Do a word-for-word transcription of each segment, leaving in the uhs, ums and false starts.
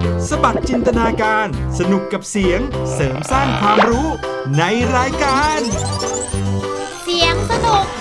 สบัดจินตนาการสนุกกับเสียงเสริมสร้างความรู้ในรายการเสียงสนุก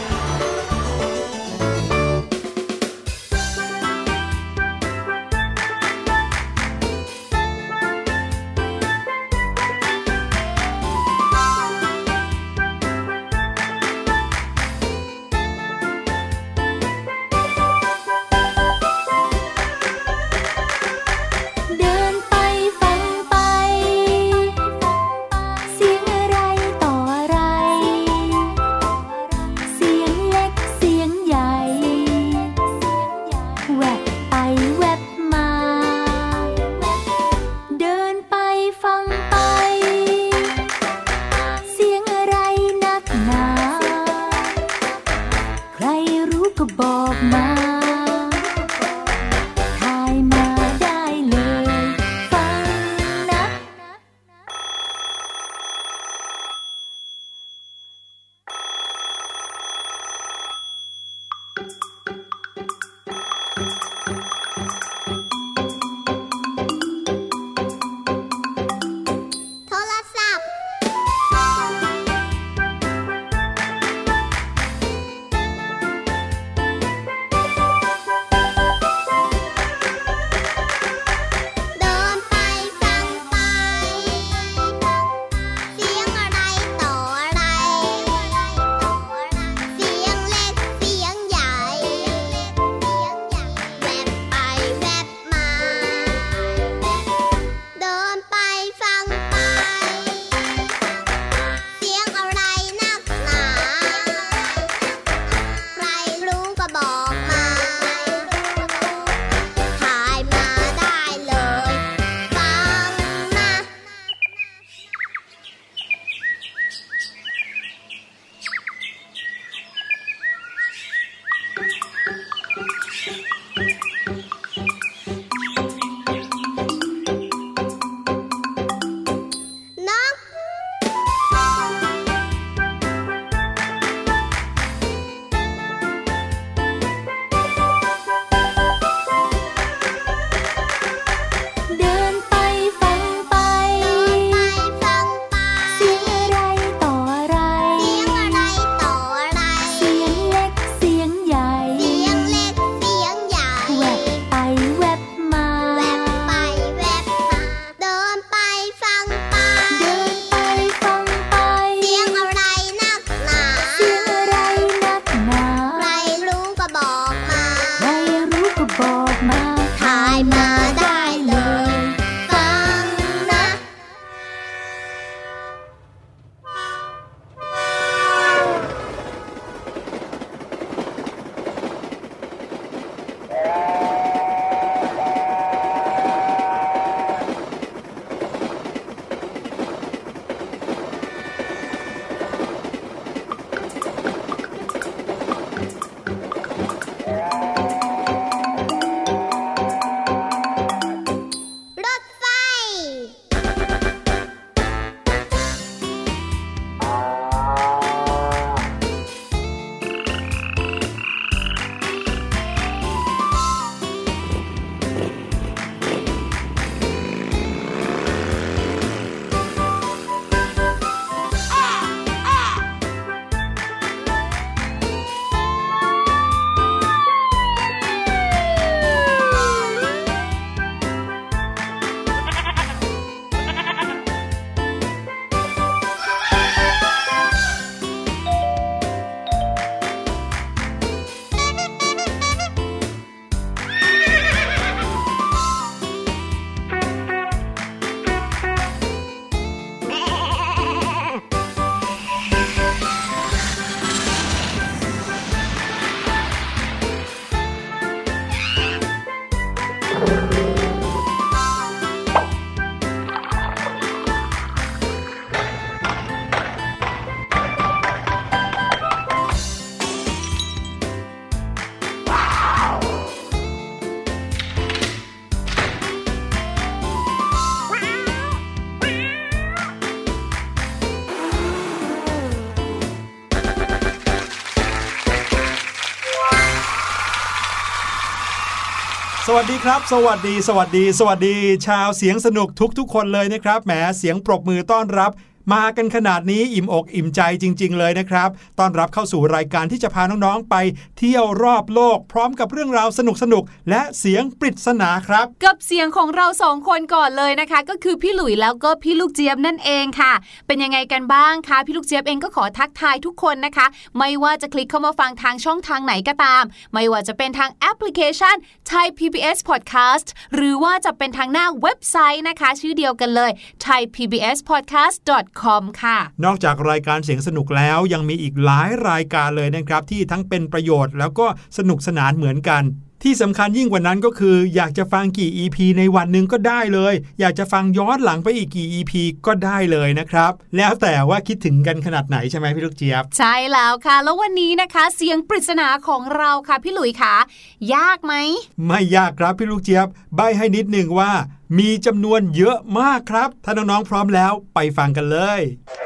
สวัสดีครับสวัสดีสวัสดีสวัสดีชาวเสียงสนุกทุกๆคนเลยนะครับแหมเสียงปรบมือต้อนรับมากันขนาดนี้อิ่มอกอิ่มใจจริงๆเลยนะครับต้อนรับเข้าสู่รายการที่จะพาน้องๆไปเที่ยวรอบโลกพร้อมกับเรื่องราวสนุกๆและเสียงปริศนาครับกับเสียงของเราสองคนก่อนเลยนะคะก็คือพี่หลุยแล้วก็พี่ลูกเจี๊ยบนั่นเองค่ะเป็นยังไงกันบ้างคะพี่ลูกเจี๊ยบเองก็ขอทักทายทุกคนนะคะไม่ว่าจะคลิกเข้ามาฟังทางช่องทางไหนก็ตามไม่ว่าจะเป็นทางแอปพลิเคชัน Thai พี บี เอส Podcast หรือว่าจะเป็นทางหน้าเว็บไซต์นะคะชื่อเดียวกันเลย ไทยพีบีเอสพอดแคสต์ ดอท คอม ค่ะนอกจากรายการเสียงสนุกแล้วยังมีอีกหลายรายการเลยนะครับที่ทั้งเป็นประโยชน์แล้วก็สนุกสนานเหมือนกันที่สำคัญยิ่งกว่านั้นก็คืออยากจะฟังกี่ อี พี ในวันหนึ่งก็ได้เลยอยากจะฟังย้อนหลังไปอีกกี่ อี พี ก็ได้เลยนะครับแล้วแต่ว่าคิดถึงกันขนาดไหนใช่ไหมพี่ลูกเจี๊ยบใช่แล้วค่ะแล้ววันนี้นะคะเสียงปริศนาของเราค่ะพี่หลุยค่ะยากไหมไม่ยากครับพี่ลูกเจี๊ยบใบ้ให้นิดนึงว่ามีจำนวนเยอะมากครับถ้าน้องๆพร้อมแล้วไปฟังกันเลย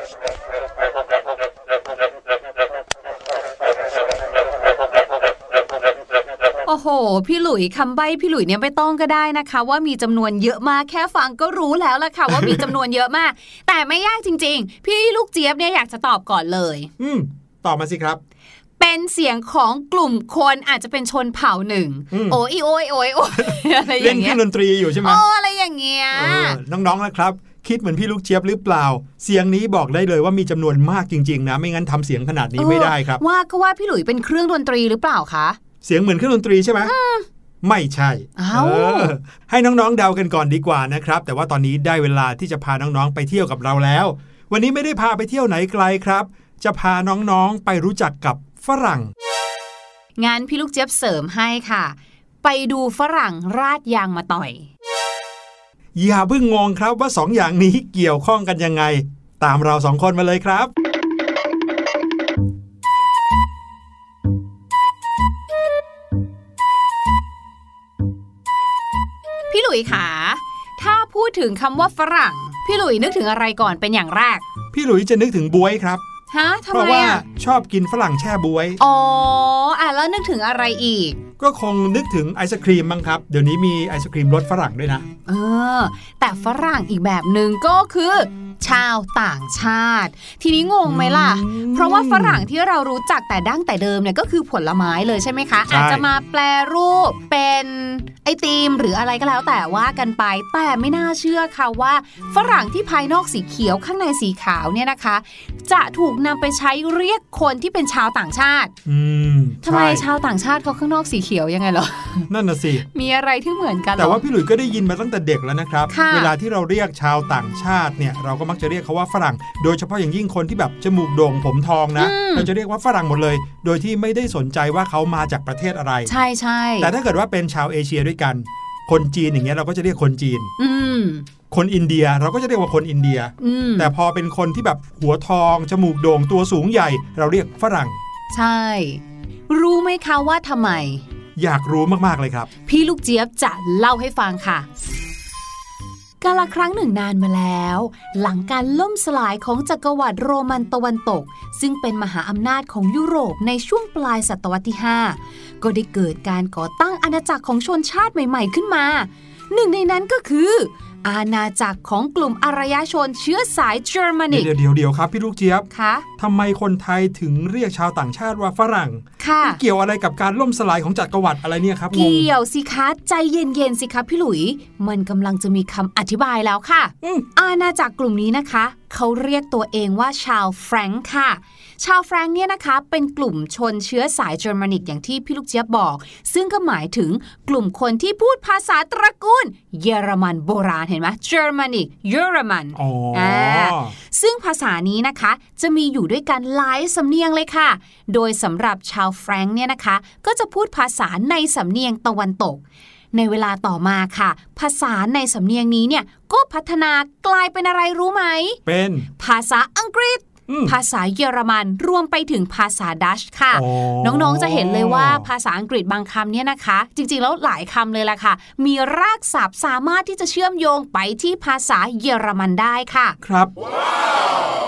โอ้โหพี่หลุยคำใบ้พี่หลุยเนี่ยไม่ต้องก็ได้นะคะว่ามีจำนวนเยอะมากแค่ฟังก็รู้แล้วล่ะค่ะว่ามีจำนวนเยอะมากแต่ไม่ยากจริงๆพี่ลูกเจี๊ยบเนี่ยอยากจะตอบก่อนเลยอืมตอบมาสิครับเป็นเสียงของกลุ่มคนอาจจะเป็นชนเผ่าหนึ่งโอ้ยโอ้ยโอ้ยโอ้ยอะไรอย่างเงี้ยเล่นเครื่องดนตรีอยู่ใช่ไหมโอ้อะไรอย่างเงี้ยน้องๆนะครับคิดเหมือนพี่ลูกเจี๊ยบหรือเปล่าเสียงนี้บอกได้เลยว่ามีจำนวนมากจริงๆนะไม่งั้นทำเสียงขนาดนี้ไม่ได้ครับว่าก็ว่าพี่หลุยเป็นเครื่องดนตรีหรือเปล่าคะเสียงเหมือนเครื่องดนตรีใช่ไหมไม่ใช่เออให้น้องๆเดากันก่อนดีกว่านะครับแต่ว่าตอนนี้ได้เวลาที่จะพาน้องๆไปเที่ยวกับเราแล้ววันนี้ไม่ได้พาไปเที่ยวไหนไกลครับจะพาน้องๆไปรู้จักกับฝรั่งงั้นพี่ลูกเจี๊ยบเสริมให้ค่ะไปดูฝรั่งราดยางมาต่อยอย่าเพิ่งงงครับว่าสองอย่างนี้เกี่ยวข้องกันยังไงตามเราสองคนมาเลยครับพี่หลุยค่ะถ้าพูดถึงคำว่าฝรั่งพี่หลุยนึกถึงอะไรก่อนเป็นอย่างแรกพี่หลุยจะนึกถึงบ๊วยครับฮะทำไมอ่ะเพราะว่าชอบกินฝรั่งแช่บ๊วยอ๋ออ่ะแล้วนึกถึงอะไรอีกก็คงนึกถึงไอศครีมมั้งครับเดี๋ยวนี้มีไอศครีมรสฝรั่งด้วยนะเออแต่ฝรั่งอีกแบบนึงก็คือชาวต่างชาติทีนี้งงไหมล่ะเพราะว่าฝรั่งที่เรารู้จักแต่ดั้งแต่เดิมเนี่ยก็คือผลไม้เลยใช่ไหมคะอาจจะมาแปรรูปเป็นไอติมหรืออะไรก็แล้วแต่ว่ากันไปแต่ไม่น่าเชื่อค่ะว่าฝรั่งที่ภายนอกสีเขียวข้างในสีขาวเนี่ยนะคะจะถูกนำไปใช้เรียกคนที่เป็นชาวต่างชาติทำไมชาวต่างชาติเขาข้างนอกสีเขียวยังไงเหรอนั่นน่ะสิมีอะไรที่เหมือนกันแต่ว่าพี่หลุยส์ก็ได้ยินมาตั้งแต่เด็กแล้วนะครับเวลาที่เราเรียกชาวต่างชาติเนี่ยเราก็มักจะเรียกเขาว่าฝรั่งโดยเฉพาะอย่างยิ่งคนที่แบบจมูกโด่งผมทองนะเราจะเรียกว่าฝรั่งหมดเลยโดยที่ไม่ได้สนใจว่าเขามาจากประเทศอะไรใช่ใช่แต่ถ้าเกิดว่าเป็นชาวเอเชียด้วยกันคนจีนอย่างเงี้ยเราก็จะเรียกคนจีนคนอินเดียเราก็จะเรียกว่าคนอินเดียแต่พอเป็นคนที่แบบหัวทองจมูกโด่งตัวสูงใหญ่เราเรียกฝรั่งใช่รู้ไหมคะว่าทำไมอยากรู้มากๆเลยครับพี่ลูกเจี๊ยบจะเล่าให้ฟังค่ะกาลครั้งหนึ่งนานมาแล้วหลังการล่มสลายของจักรวรรดิโรมันตะวันตกซึ่งเป็นมหาอำนาจของยุโรปในช่วงปลายศตวรรษที่ห้าก็ได้เกิดการก่อตั้งอาณาจักรของชนชาติใหม่ๆขึ้นมาหนึ่งในนั้นก็คืออาณาจักรของกลุ่มอารยชนเชื้อสายเยอรมนิกเดี๋ยวเดี๋ยวครับพี่ลูกเจี๊ยบคะทำไมคนไทยถึงเรียกชาวต่างชาติว่าฝรั่งค่ะเกี่ยวอะไรกับการล่มสลายของจักรวรรดิอะไรเนี่ยครับเกี่ยวสิคะใจเย็นๆสิคะพี่หลุยมันกำลังจะมีคำอธิบายแล้วค่ะอาณาจักรกลุ่มนี้นะคะเขาเรียกตัวเองว่าชาวแฟรงก์ค่ะชาวแฟรงก์เนี่ยนะคะเป็นกลุ่มชนเชื้อสายเยอรมนิกอย่างที่พี่ลูกเจี๊ยบบอกซึ่งก็หมายถึงกลุ่มคนที่พูดภาษาตระกูลเยอรมันโบราณเห็นไหมเยอรมนิกเยอรมันอ๋ออ่าซึ่งภาษานี้นะคะจะมีอยู่ด้วยกันหลายสำเนียงเลยค่ะโดยสำหรับชาวแฟรงก์เนี่ยนะคะก็จะพูดภาษาในสำเนียงตะวันตกในเวลาต่อมาค่ะภาษาในสำเนียงนี้เนี่ยก็พัฒนากลายเป็นอะไรรู้ไหมเป็นภาษาอังกฤษภาษาเยอรมันรวมไปถึงภาษาดัชค่ะน้องๆจะเห็นเลยว่าภาษาอังกฤษบางคำเนี่ยนะคะจริงๆแล้วหลายคำเลยล่ะค่ะมีรากศัพท์สามารถที่จะเชื่อมโยงไปที่ภาษาเยอรมันได้ค่ะครับแ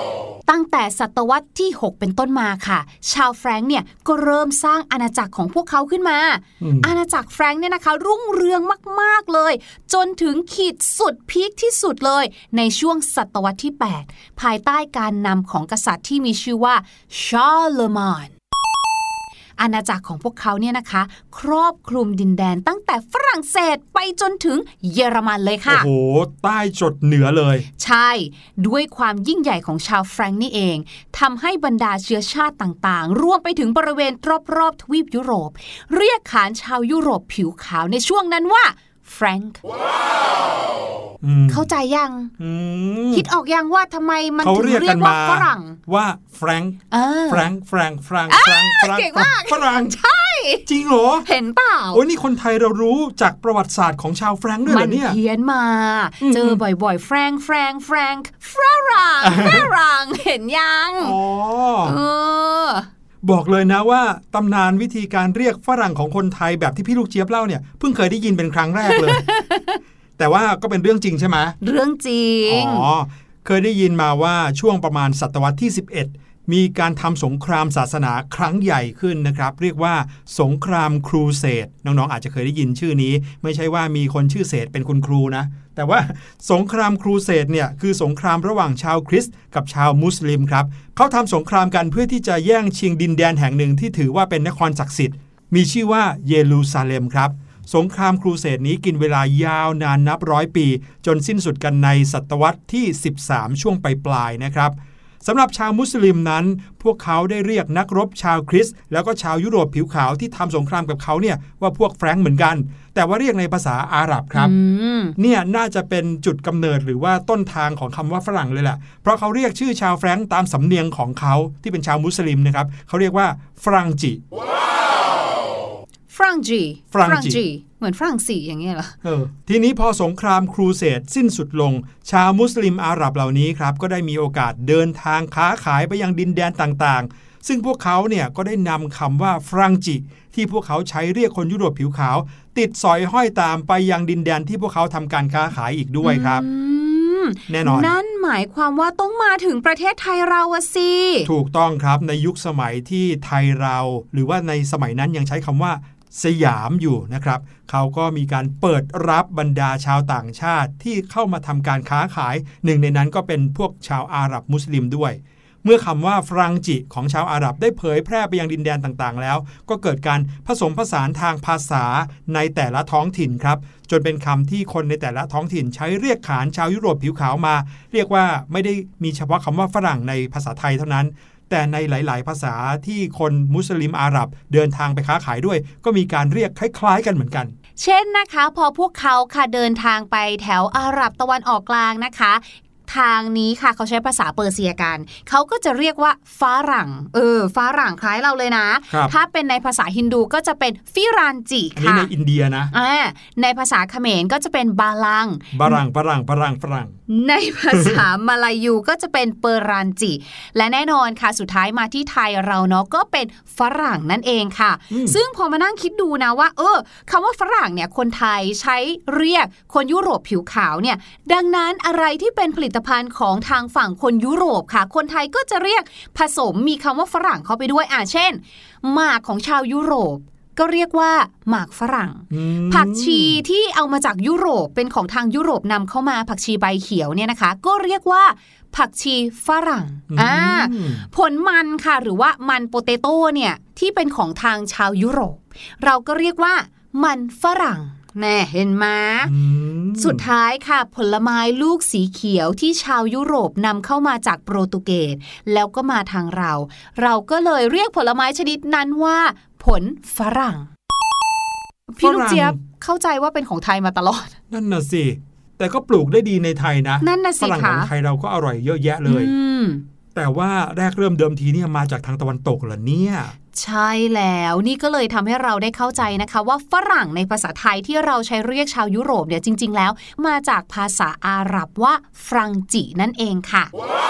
ตั้งแต่ศตวรรษที่หกเป็นต้นมาค่ะชาวแฟรงก์เนี่ยก็เริ่มสร้างอาณาจักรของพวกเขาขึ้นมาอาณาจักรแฟรงก์เนี่ยนะคะรุ่งเรืองมากๆเลยจนถึงขีดสุดพีคที่สุดเลยในช่วงศตวรรษที่แปดภายใต้การนำของกษัตริย์ที่มีชื่อว่าชาร์ลมานอาณาจักรของพวกเขาเนี่ยนะคะครอบคลุมดินแดนตั้งแต่ฝรั่งเศสไปจนถึงเยอรมันเลยค่ะโอ้โหใต้จดเหนือเลยใช่ด้วยความยิ่งใหญ่ของชาวแฟรงก์นี่เองทำให้บรรดาเชื้อชาติต่างๆรวมไปถึงบริเวณรอบๆทวีปยุโรปเรียกขานชาวยุโรปผิวขาวในช่วงนั้นว่าแฟรงก์เข้าใจยังคิดออกยังว่าทำไมมันถึงเรียกว่าฝรั่งว่าแฟรงก์แฟรงก์แฟรงก์แฟรงก์แฟรงก์เก่งมากฝรั่งใช่จริงเหรอเห็นเปล่าโอ้ยนี่คนไทยเรารู้จากประวัติศาสตร์ของชาวแฟรงก์ด้วยเหรอเนี่ยมันเพี้ยนมาเจอบ่อยๆแฟรงก์แฟรงก์แฟรงก์ฝรั่งฝรั่งเห็นยังอ๋อเออบอกเลยนะว่าตำนานวิธีการเรียกฝรั่งของคนไทยแบบที่พี่ลูกเจี๊ยบเล่าเนี่ยเพิ่งเคยได้ยินเป็นครั้งแรกเลย แต่ว่าก็เป็นเรื่องจริงใช่ไหมเรื่องจริงอ๋อเคยได้ยินมาว่าช่วงประมาณศตวรรษที่สิบเอ็ดมีการทำสงครามศาสนาครั้งใหญ่ขึ้นนะครับเรียกว่าสงครามครูเสดน้องๆอาจจะเคยได้ยินชื่อนี้ไม่ใช่ว่ามีคนชื่อเสดเป็นคุณครูนะแต่ว่าสงครามครูเสดเนี่ยคือสงครามระหว่างชาวคริสต์กับชาวมุสลิมครับเขาทำสงครามกันเพื่อที่จะแย่งชิงดินแดนแห่งหนึ่งที่ถือว่าเป็นนครศักดิ์สิทธิ์มีชื่อว่าเยรูซาเล็มครับสงครามครูเสดนี้กินเวลายาวนานนับร้อยปีจนสิ้นสุดกันในศตวรรษที่สิบสามช่วงปลายๆนะครับสำหรับชาวมุสลิมนั้นพวกเขาได้เรียกนักรบชาวคริสต์แล้วก็ชาวยุโรปผิวขาวที่ทำสงครามกับเขาเนี่ยว่าพวกแฟรงก์เหมือนกันแต่ว่าเรียกในภาษาอาหรับครับเนี่ยน่าจะเป็นจุดกำเนิดหรือว่าต้นทางของคำว่าฝรั่งเลยแหละเพราะเขาเรียกชื่อชาวแฟรงก์ตามสำเนียงของเขาที่เป็นชาวมุสลิมนะครับเขาเรียกว่าฝรั่งจิฝรั่งจีฝรั่งจีเหมือนฝรั่งสีอย่างเงี้ยเหรอเออทีนี้พอสงครามครูเสดสิ้นสุดลงชาวมุสลิมอาหรับเหล่านี้ครับก็ได้มีโอกาสเดินทางค้าขายไปยังดินแดนต่างๆซึ่งพวกเขาเนี่ยก็ได้นำคำว่าฝรั่งจิที่พวกเขาใช้เรียกคนยุโรปผิวขาวติดสอยห้อยตามไปยังดินแดนที่พวกเขาทำการค้าขายอีกด้วยครับแน่นอนนั่นหมายความว่าต้องมาถึงประเทศไทยเราอะสิถูกต้องครับในยุคสมัยที่ไทยเราหรือว่าในสมัยนั้นยังใช้คำว่าสยามอยู่นะครับเขาก็มีการเปิดรับบรรดาชาวต่างชาติที่เข้ามาทำการค้าขายหนึ่งในนั้นก็เป็นพวกชาวอาหรับมุสลิมด้วยเมื่อคำว่าฝรั่งจิของชาวอาหรับได้เผยแพร่ไปยังดินแดนต่างๆแล้วก็เกิดการผสมผสานทางภาษาในแต่ละท้องถิ่นครับจนเป็นคำที่คนในแต่ละท้องถิ่นใช้เรียกขานชาวยุโรปผิวขาวมาเรียกว่าไม่ได้มีเฉพาะคำว่าฝรั่งในภาษาไทยเท่านั้นแต่ในหลายๆภาษาที่คนมุสลิมอาหรับเดินทางไปค้าขายด้วยก็มีการเรียกคล้ายๆกันเหมือนกันเช่นนะคะพอพวกเขาค่ะเดินทางไปแถวอาหรับตะวันออกกลางนะคะทางนี้ค่ะเขาใช้ภาษาเปอร์เซียกันเขาก็จะเรียกว่าฝรั่งเออฝรั่งคล้ายเราเลยนะถ้าเป็นในภาษาฮินดูก็จะเป็นฟิรันจิค่ะในอินเดียนะอ่าในภาษาเขมรก็จะเป็นบาลังบารังฝรั่งฝรั่งฝรั่งในภาษามาลายูก็จะเป็นเปอรันจิและแน่นอนค่ะสุดท้ายมาที่ไทยเราเนาะก็เป็นฝรั่งนั่นเองค่ะซึ่งพอมานั่งคิดดูนะว่าเออคำว่าฝรั่งเนี่ยคนไทยใช้เรียกคนยุโรปผิวขาวเนี่ยดังนั้นอะไรที่เป็นผลิตภัณฑ์ของทางฝั่งคนยุโรปค่ะคนไทยก็จะเรียกผสมมีคำว่าฝรั่งเข้าไปด้วยอ่ะเช่นหมากของชาวยุโรปก็เรียกว่าหมากฝรั่งผักชีที่เอามาจากยุโรปเป็นของทางยุโรปนำเข้ามาผักชีใบเขียวเนี่ยนะคะก็เรียกว่าผักชีฝรั่งอ่าผลมันค่ะหรือว่ามันโปเตโต้เนี่ยที่เป็นของทางชาวยุโรปเราก็เรียกว่ามันฝรั่งแน่เห็นไหมสุดท้ายค่ะผลไม้ลูกสีเขียวที่ชาวยุโรปนำเข้ามาจากโปรตุเกสแล้วก็มาทางเราเราก็เลยเรียกผลไม้ชนิดนั้นว่าผลฝรั่งพี่ลูกเจี๊ยบเข้าใจว่าเป็นของไทยมาตลอดนั่นน่ะสิแต่ก็ปลูกได้ดีในไทยนะนั่นน่ะสิค่ะฝรั่งของไทยเราก็อร่อยเยอะแยะเลยแต่ว่าแรกเริ่มเดิมทีเนี่ยมาจากทางตะวันตกเหรอเนี่ยใช่แล้วนี่ก็เลยทำให้เราได้เข้าใจนะคะว่าฝรั่งในภาษาไทยที่เราใช้เรียกชาวยุโรปเนี่ยจริงๆแล้วมาจากภาษาอาหรับว่าฝรั่งจินั่นเองค่ะ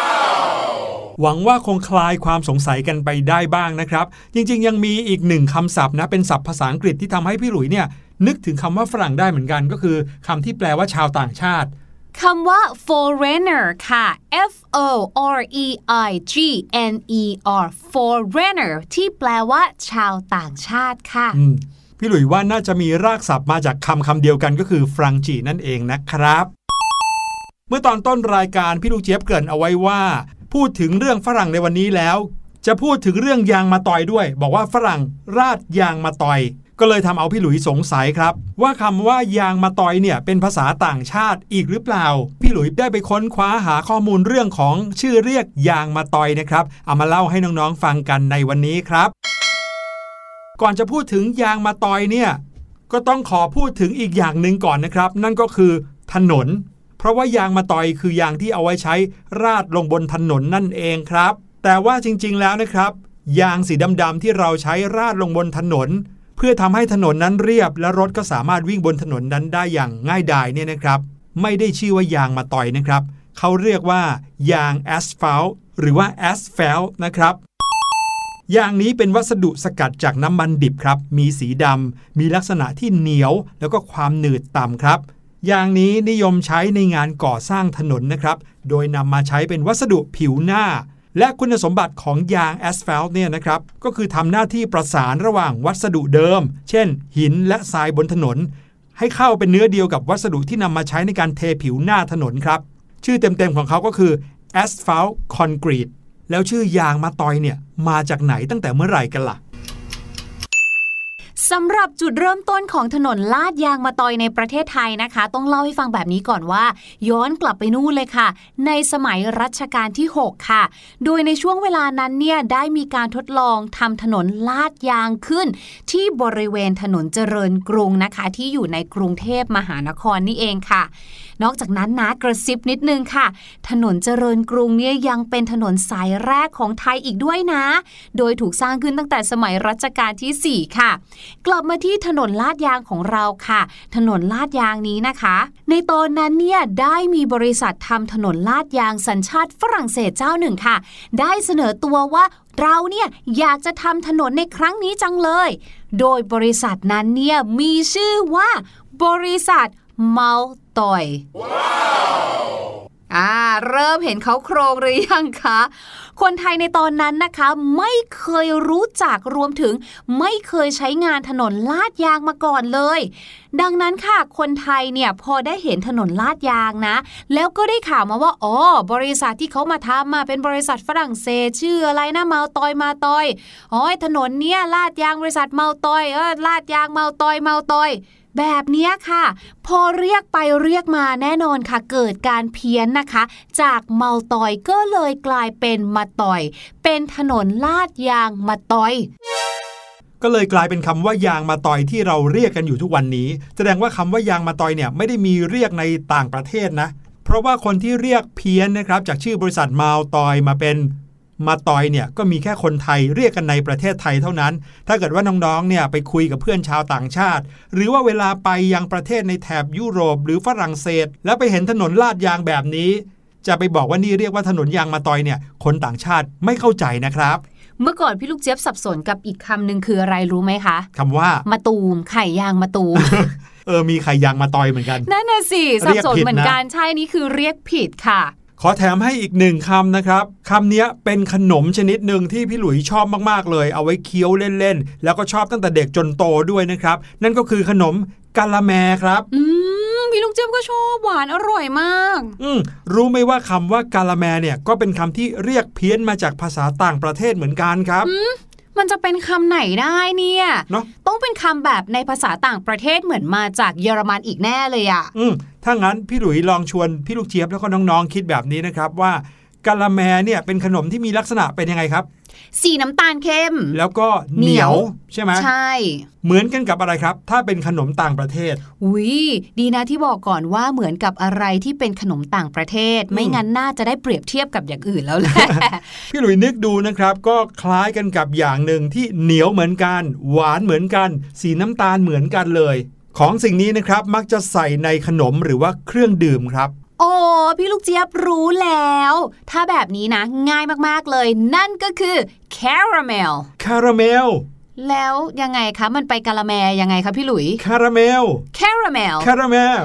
wow! หวังว่าคงคลายความสงสัยกันไปได้บ้างนะครับจริงๆยังมีอีกหนึ่งคำศัพท์นะเป็นศัพท์ภาษาอังกฤษที่ทำให้พี่หลุยเนี่ยนึกถึงคำว่าฝรั่งได้เหมือนกันก็คือคำที่แปลว่าชาวต่างชาติคำว่า foreigner ค่ะ F O R E I G N E R foreigner ที่แปลว่าชาวต่างชาติค่ะพี่หลุยว่าน่าจะมีรากศัพท์มาจากคำคำเดียวกันก็คือฟรังจีนั่นเองนะครับเมื่อตอนต้นรายการพี่ลูกเจี๊ยบเกริ่นเอาไว้ว่าพูดถึงเรื่องฝรั่งในวันนี้แล้วจะพูดถึงเรื่องยางมะตอยด้วยบอกว่าฝรั่งราดยางมะตอยก็เลยทำเอาพี่หลุยสงสัยครับว่าคำว่ายางมะตอยเนี่ยเป็นภาษาต่างชาติอีกหรือเปล่าพี่หลุยได้ไปค้นคว้าหาข้อมูลเรื่องของชื่อเรียกยางมะตอยนะครับเอามาเล่าให้น้องๆฟังกันในวันนี้ครับก่อนจะพูดถึงยางมะตอยเนี่ยก็ต้องขอพูดถึงอีกอย่างหนึ่งก่อนนะครับนั่นก็คือถนนเพราะว่ายางมะตอยคือยางที่เอาไว้ใช้ราดลงบนถนนนั่นเองครับแต่ว่าจริงๆแล้วนะครับยางสีดำๆที่เราใช้ราดลงบนถนนเพื่อทำให้ถนนนั้นเรียบและรถก็สามารถวิ่งบนถนนนั้นได้อย่างง่ายดายเนี่ยนะครับไม่ได้ชื่อว่ายางมะตอยนะครับเขาเรียกว่ายางแอสฟัลต์หรือว่าแอสฟัลต์นะครับยางนี้เป็นวัสดุสกัดจากน้ำมันดิบครับมีสีดำมีลักษณะที่เหนียวแล้วก็ความหนืดต่ำครับยางนี้นิยมใช้ในงานก่อสร้างถนนนะครับโดยนำมาใช้เป็นวัสดุผิวหน้าและคุณสมบัติของยางแอสฟัลต์เนี่ยนะครับก็คือทำหน้าที่ประสานระหว่างวัสดุเดิมเช่นหินและทรายบนถนนให้เข้าเป็นเนื้อเดียวกับวัสดุที่นำมาใช้ในการเทผิวหน้าถนนครับชื่อเต็มๆของเขาก็คือ Asphalt Concrete แล้วชื่อยางมะตอยเนี่ยมาจากไหนตั้งแต่เมื่อไหร่กันล่ะสำหรับจุดเริ่มต้นของถนนลาดยางมะตอยในประเทศไทยนะคะต้องเล่าให้ฟังแบบนี้ก่อนว่าย้อนกลับไปนู่นเลยค่ะในสมัยรัชกาลที่หกค่ะโดยในช่วงเวลานั้นเนี่ยได้มีการทดลองทำถนนลาดยางขึ้นที่บริเวณถนนเจริญกรุงนะคะที่อยู่ในกรุงเทพมหานครนี่เองค่ะนอกจากนั้นนะกระซิบนิดนึงค่ะถนนเจริญกรุงเนี่ยยังเป็นถนนสายแรกของไทยอีกด้วยนะโดยถูกสร้างขึ้นตั้งแต่สมัยรัชกาลที่สี่ค่ะกลับมาที่ถนนลาดยางของเราค่ะถนนลาดยางนี้นะคะในตอนนั้นเนี่ยได้มีบริษัททำถนนลาดยางสัญชาติฝรั่งเศสเจ้าหนึ่งค่ะได้เสนอตัวว่าเราเนี่ยอยากจะทำถนนในครั้งนี้จังเลยโดยบริษัทนั้นเนี่ยมีชื่อว่าบริษัทเมาตอยอ่าเริ่มเห็นเขาโครงหรือยังคะคนไทยในตอนนั้นนะคะไม่เคยรู้จักรวมถึงไม่เคยใช้งานถนนลาดยางมาก่อนเลยดังนั้นค่ะคนไทยเนี่ยพอได้เห็นถนนลาดยางนะแล้วก็ได้ข่าวมาว่าอ๋อบริษัทที่เขามาทำมาเป็นบริษัทฝรั่งเศสชื่ออะไรนะเมาตอยมาตอยอ๋อถนนเนี้ยลาดยางบริษัทเมาตอยเออลาดยางเมาตอยเมาตอยแบบนี้ค่ะพอเรียกไปเรียกมาแน่นอนค่ะเกิดการเพี้ยนนะคะจากเมาตอยก็เลยกลายเป็นมาตอยเป็นถนนลาดยางมาตอยก็เลยกลายเป็นคำว่ายางมะตอยที่เราเรียกกันอยู่ทุกวันนี้แสดงว่าคำว่ายางมะตอยเนี่ยไม่ได้มีเรียกในต่างประเทศนะเพราะว่าคนที่เรียกเพี้ยนนะครับจากชื่อบริษัทเมาตอยมาเป็นมาตอยเนี่ยก็มีแค่คนไทยเรียกกันในประเทศไทยเท่านั้นถ้าเกิดว่าน้องๆเนี่ยไปคุยกับเพื่อนชาวต่างชาติหรือว่าเวลาไปยังประเทศในแถบยุโรปหรือฝรั่งเศสแล้วไปเห็นถนนลาดยางแบบนี้จะไปบอกว่านี่เรียกว่าถนนยางมาตอยเนี่ยคนต่างชาติไม่เข้าใจนะครับเมื่อก่อนพี่ลูกเจี๊ยบสับสนกับอีกคำหนึ่งคืออะไรรู้ไหมคะคำว่ามะตูมไข่ยางมะตูมเออมีไข่ยางมาตอยเหมือนกันนั่นน่ะสิสับสนเหมือนกันใช่นี่คือเรียกผิดค่ะขอแถมให้อีกหนึ่งคำนะครับคำนี้เป็นขนมชนิดหนึ่งที่พี่หลุยชอบมากๆเลยเอาไว้เคี้ยวเล่นๆแล้วก็ชอบตั้งแต่เด็กจนโตด้วยนะครับนั่นก็คือขนมกะละแมครับอืมพี่ลูกเจี๊ยบก็ชอบหวานอร่อยมากอืมรู้ไหมว่าคำว่ากะละแมเนี่ยก็เป็นคำที่เรียกเพี้ยนมาจากภาษาต่างประเทศเหมือนกันครับมันจะเป็นคำไหนได้เนี่ยเนาะต้องเป็นคำแบบในภาษาต่างประเทศเหมือนมาจากเยอรมันอีกแน่เลยอ่ะอืมถ้างั้นพี่หลุยลองชวนพี่ลูกเจี๊ยบแล้วก็น้องๆคิดแบบนี้นะครับว่ากะละแมเนี่ยเป็นขนมที่มีลักษณะเป็นยังไงครับสีน้ำตาลเข้มแล้วก็เหนียวใช่ไหมใช่เหมือนกันกับอะไรครับถ้าเป็นขนมต่างประเทศอุ๊ยดีนะที่บอกก่อนว่าเหมือนกับอะไรที่เป็นขนมต่างประเทศไม่งั้นน่าจะได้เปรียบเทียบกับอย่างอื่นแล้วแหละพี่หลุยนึกดูนะครับก็คล้ายกันกับอย่างหนึ่งที่เหนียวเหมือนกันหวานเหมือนกันสีน้ำตาลเหมือนกันเลยของสิ่งนี้นะครับมักจะใส่ในขนมหรือว่าเครื่องดื่มครับโอ้พี่ลูกเจี๊ยบรู้แล้วถ้าแบบนี้นะง่ายมากๆเลยนั่นก็คือคาราเมลคาราเมลแล้วยังไงคะมันไปกะละแมยังไงคะพี่หลุยคาราเมลคาราเมลคาราเมล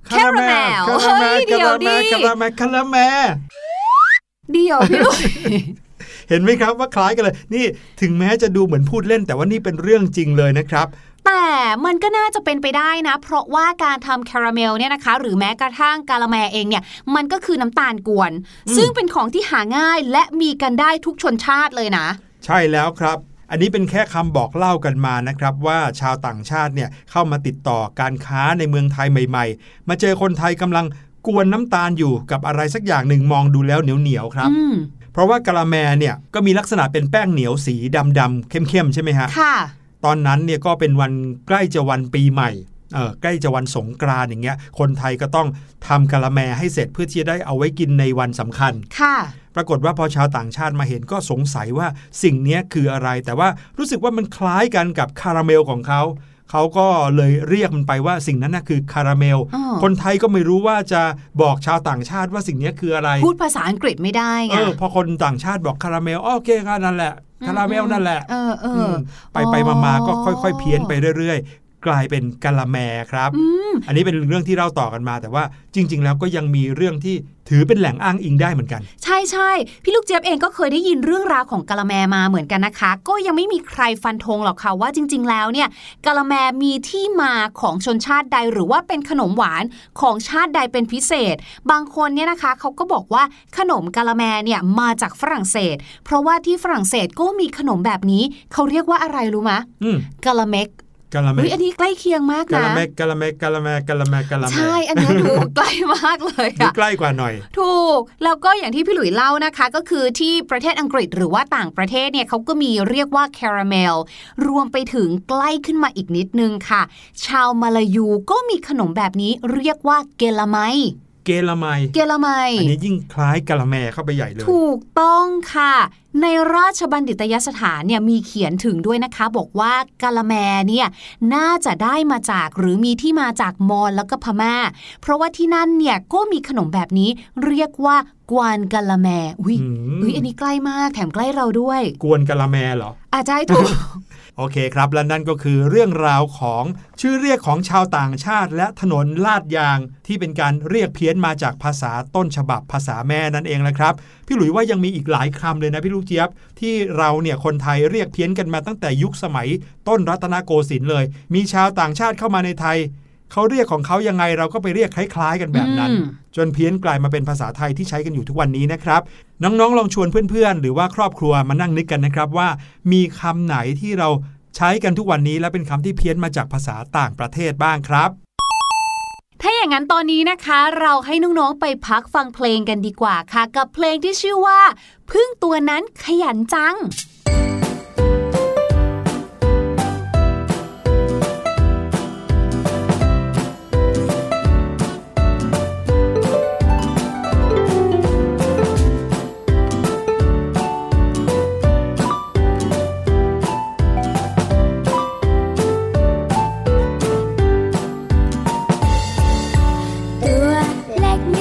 คาราเมลเฮ้ยเดี๋ยวดิคาราเมลคาราเมลเดี๋ยวพี่ลุยเห็นไหมครับว่าคล้ายกันเลยนี่ถึงแม้จะดูเหมือนพูดเล่นแต่ว่านี่เป็นเรื่องจริงเลยนะครับแต่มันก็น่าจะเป็นไปได้นะเพราะว่าการทำคาราเมลเนี่ยนะคะหรือแม้กระทั่งกาละแมเองเนี่ยมันก็คือน้ำตาลกวนซึ่งเป็นของที่หาง่ายและมีกันได้ทุกชนชาติเลยนะใช่แล้วครับอันนี้เป็นแค่คำบอกเล่ากันมานะครับว่าชาวต่างชาติเนี่ยเข้ามาติดต่อการค้าในเมืองไทยใหม่ๆมาเจอคนไทยกำลังกวนน้ำตาลอยู่กับอะไรสักอย่างหนึ่งมองดูแล้วเหนียวๆครับเพราะว่ากะละแมเนี่ยก็มีลักษณะเป็นแป้งเหนียวสีดำๆเข้มๆใช่ไหมฮะค่ะตอนนั้นเนี่ยก็เป็นวันใกล้จะวันปีใหม่เออใกล้จะวันสงกรานต์อย่างเงี้ยคนไทยก็ต้องทำกะละแมให้เสร็จเพื่อที่จะได้เอาไว้กินในวันสำคัญค่ะปรากฏว่าพอชาวต่างชาติมาเห็นก็สงสัยว่าสิ่งนี้คืออะไรแต่ว่ารู้สึกว่ามันคล้ายกันกับคาราเมลของเขาเขาก็เลยเรียกมันไปว่าสิ่งนั้นน่ะคือคาราเมลคนไทยก็ไม่รู้ว่าจะบอกชาวต่างชาติว่าสิ่งนี้คืออะไรพูดภาษาอังกฤษไม่ได้ไงเออพอคนต่างชาติบอกคาราเมลโอเคก็นั่นแหละคาราเมลนั่นแหละเออเออไปไปมาๆก็ค่อยๆเพี้ยนไปเรื่อยๆกลายเป็นกะละแมครับอันนี้เป็นเรื่องที่เล่าต่อกันมาแต่ว่าจริงๆแล้วก็ยังมีเรื่องที่ถือเป็นแหล่งอ้างอิงได้เหมือนกันใช่ใช่พี่ลูกเจี๊ยบเองก็เคยได้ยินเรื่องราวของกะละแมมาเหมือนกันนะคะก็ยังไม่มีใครฟันธงหรอกค่ะว่าจริงๆแล้วเนี่ยกะละแมมีที่มาของชนชาติใดหรือว่าเป็นขนมหวานของชาติใดเป็นพิเศษบางคนเนี่ยนะคะเขาก็บอกว่าขนมกะละแมเนี่ยมาจากฝรั่งเศสเพราะว่าที่ฝรั่งเศสก็มีขนมแบบนี้เขาเรียกว่าอะไรรู้มะกะละเม็กกะละแมอันนี้ใกล้เคียงมากนะกะละแมกะละแมกะละแมกะละแมกะละแมใช่อันนี้ถูกใกล้มากเลยอะใกล้กว่าหน่อยถูกแล้วก็อย่างที่พี่หลุยเล่านะคะก็คือที่ประเทศอังกฤษหรือว่าต่างประเทศเนี่ยเขาก็มีเรียกว่าคาราเมลรวมไปถึงใกล้ขึ้นมาอีกนิดนึงค่ะชาวมาลายูก็มีขนมแบบนี้เรียกว่าเกลาไมเกลาไมเกลาไมอันนี้ยิ่งคล้ายกะละแมเข้าไปใหญ่เลยถูกต้องค่ะในราชบัณฑิตยสถานเนี่ยมีเขียนถึงด้วยนะคะบอกว่ากะละแมเนี่ยน่าจะได้มาจากหรือมีที่มาจากมอญแล้วก็พม่าเพราะว่าที่นั่นเนี่ยก็มีขนมแบบนี้เรียกว่ากวนกะละแมอุ้ยอุ้ยอันนี้ใกล้มากแถมใกล้เราด้วยกวนกะละแมเหรออ่ะใช่ถูกโอเคครับและนั่นก็คือเรื่องราวของชื่อเรียกของชาวต่างชาติและถนนลาดยางที่เป็นการเรียกเพี้ยนมาจากภาษาต้นฉบับภาษาแม่นั่นเองแหละครับพี่หลุยว่ายังมีอีกหลายคำเลยนะพี่ลูกเจี๊ยบที่เราเนี่ยคนไทยเรียกเพี้ยนกันมาตั้งแต่ยุคสมัยต้นรัตนโกสินทร์เลยมีชาวต่างชาติเข้ามาในไทยเขาเรียกของเขายังไงเราก็ไปเรียกคล้ายๆกันแบบนั้นจนเพี้ยนกลายมาเป็นภาษาไทยที่ใช้กันอยู่ทุกวันนี้นะครับน้องๆลองชวนเพื่อนๆหรือว่าครอบครัวมานั่งนึกกันนะครับว่ามีคำไหนที่เราใช้กันทุกวันนี้และเป็นคำที่เพี้ยนมาจากภาษาต่างประเทศบ้างครับถ้าอย่างนั้นตอนนี้นะคะเราให้น้องๆไปพักฟังเพลงกันดีกว่าค่ะกับเพลงที่ชื่อว่าพึ่งตัวนั้นขยันจัง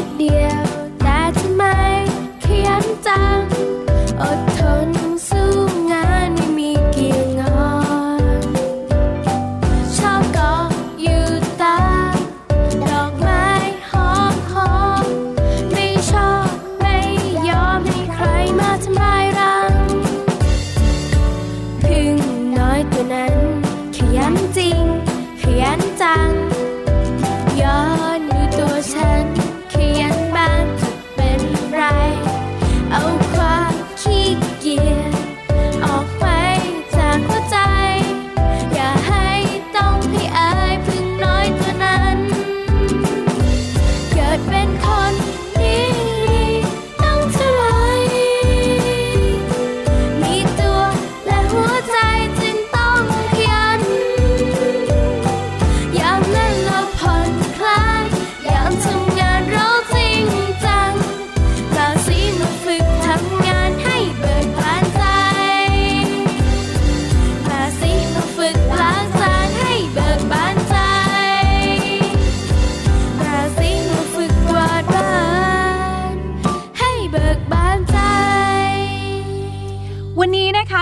อดทนสู้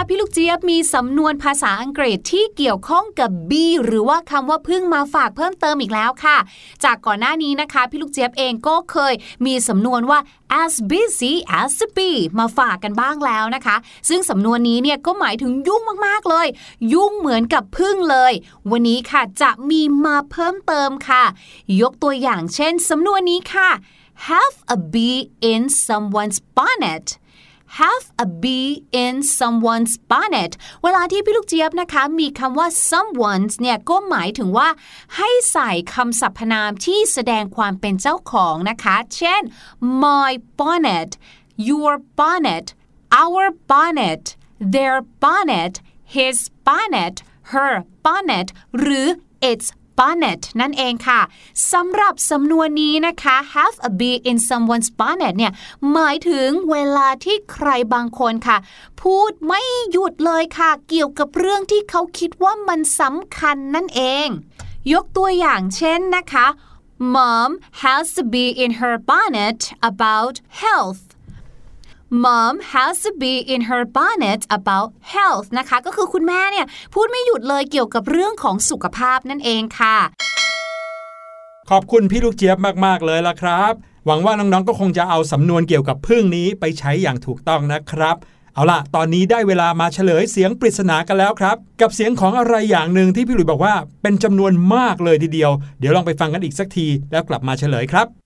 พี่ลูกเจี๊ยบมีสำนวนภาษาอังกฤษที่เกี่ยวข้องกับ bee หรือว่าคำว่าพึ่งมาฝากเพิ่มเติมอีกแล้วค่ะจากก่อนหน้านี้นะคะพี่ลูกเจี๊ยบเองก็เคยมีสำนวนว่า as busy as the bee มาฝากกันบ้างแล้วนะคะซึ่งสำนวนนี้เนี่ยก็หมายถึงยุ่งมากๆเลยยุ่งเหมือนกับพึ่งเลยวันนี้ค่ะจะมีมาเพิ่มเติมค่ะยกตัวอย่างเช่นสำนวนนี้ค่ะ have a bee in someone's bonnet have a bee in someone's bonnet เวลาที่พี่ลูกเจี๊ยบนะคะมีคำว่า someone's เนี่ยก็หมายถึงว่าให้ใส่คำสรรพนามที่แสดงความเป็นเจ้าของนะคะเช่น my bonnet your bonnet our bonnet their bonnet his bonnet her bonnet หรือ its bonnet นั่นเองค่ะสำหรับสำนวนนี้นะคะ have a bee in someone's bonnet เนี่ยหมายถึงเวลาที่ใครบางคนค่ะพูดไม่หยุดเลยค่ะเกี่ยวกับเรื่องที่เขาคิดว่ามันสำคัญนั่นเองยกตัวอย่างเช่นนะคะ Mom has a bee in her bonnet about health Mom has a bee in her bonnet about health นะคะก็คือคุณแม่เนี่ยพูดไม่หยุดเลยเกี่ยวกับเรื่องของสุขภาพนั่นเองค่ะขอบคุณพี่ลูกเจี๊ยบมากๆเลยล่ะครับหวังว่าน้องๆก็คงจะเอาสำนวนเกี่ยวกับผึ้งนี้ไปใช้อย่างถูกต้องนะครับเอาล่ะตอนนี้ได้เวลามาเฉลยเสียงปริศนากันแล้วครับกับเสียงของอะไรอย่างหนึ่งที่พี่หลุยบอกว่าเป็นจำนวนมากเลยทีเดียวเดี๋ยวลองไปฟังกันอีกสักทีแล้วกลับมาเฉลยครับ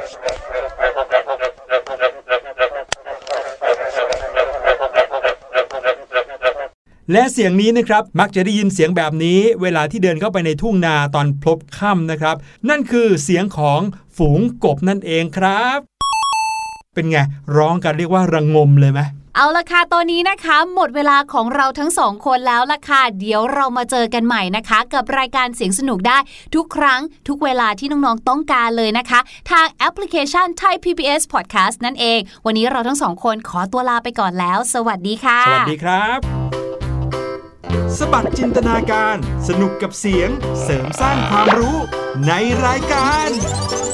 และเสียงนี้นะครับมักจะได้ยินเสียงแบบนี้เวลาที่เดินเข้าไปในทุ่งนาตอนพลบค่ำนะครับนั่นคือเสียงของฝูงกบนั่นเองครับเป็นไงร้องกันเรียกว่าระงมเลยไหมเอาละค่ะตอนนี้นะคะหมดเวลาของเราทั้งสองคนแล้วล่ะค่ะเดี๋ยวเรามาเจอกันใหม่นะคะกับรายการเสียงสนุกได้ทุกครั้งทุกเวลาที่น้องๆต้องการเลยนะคะทางแอปพลิเคชัน Thai พี บี เอส Podcast นั่นเองวันนี้เราทั้งสองคนขอตัวลาไปก่อนแล้วสวัสดีค่ะสวัสดีครับสบัดจินตนาการสนุกกับเสียงเสริมสร้างความรู้ในรายการ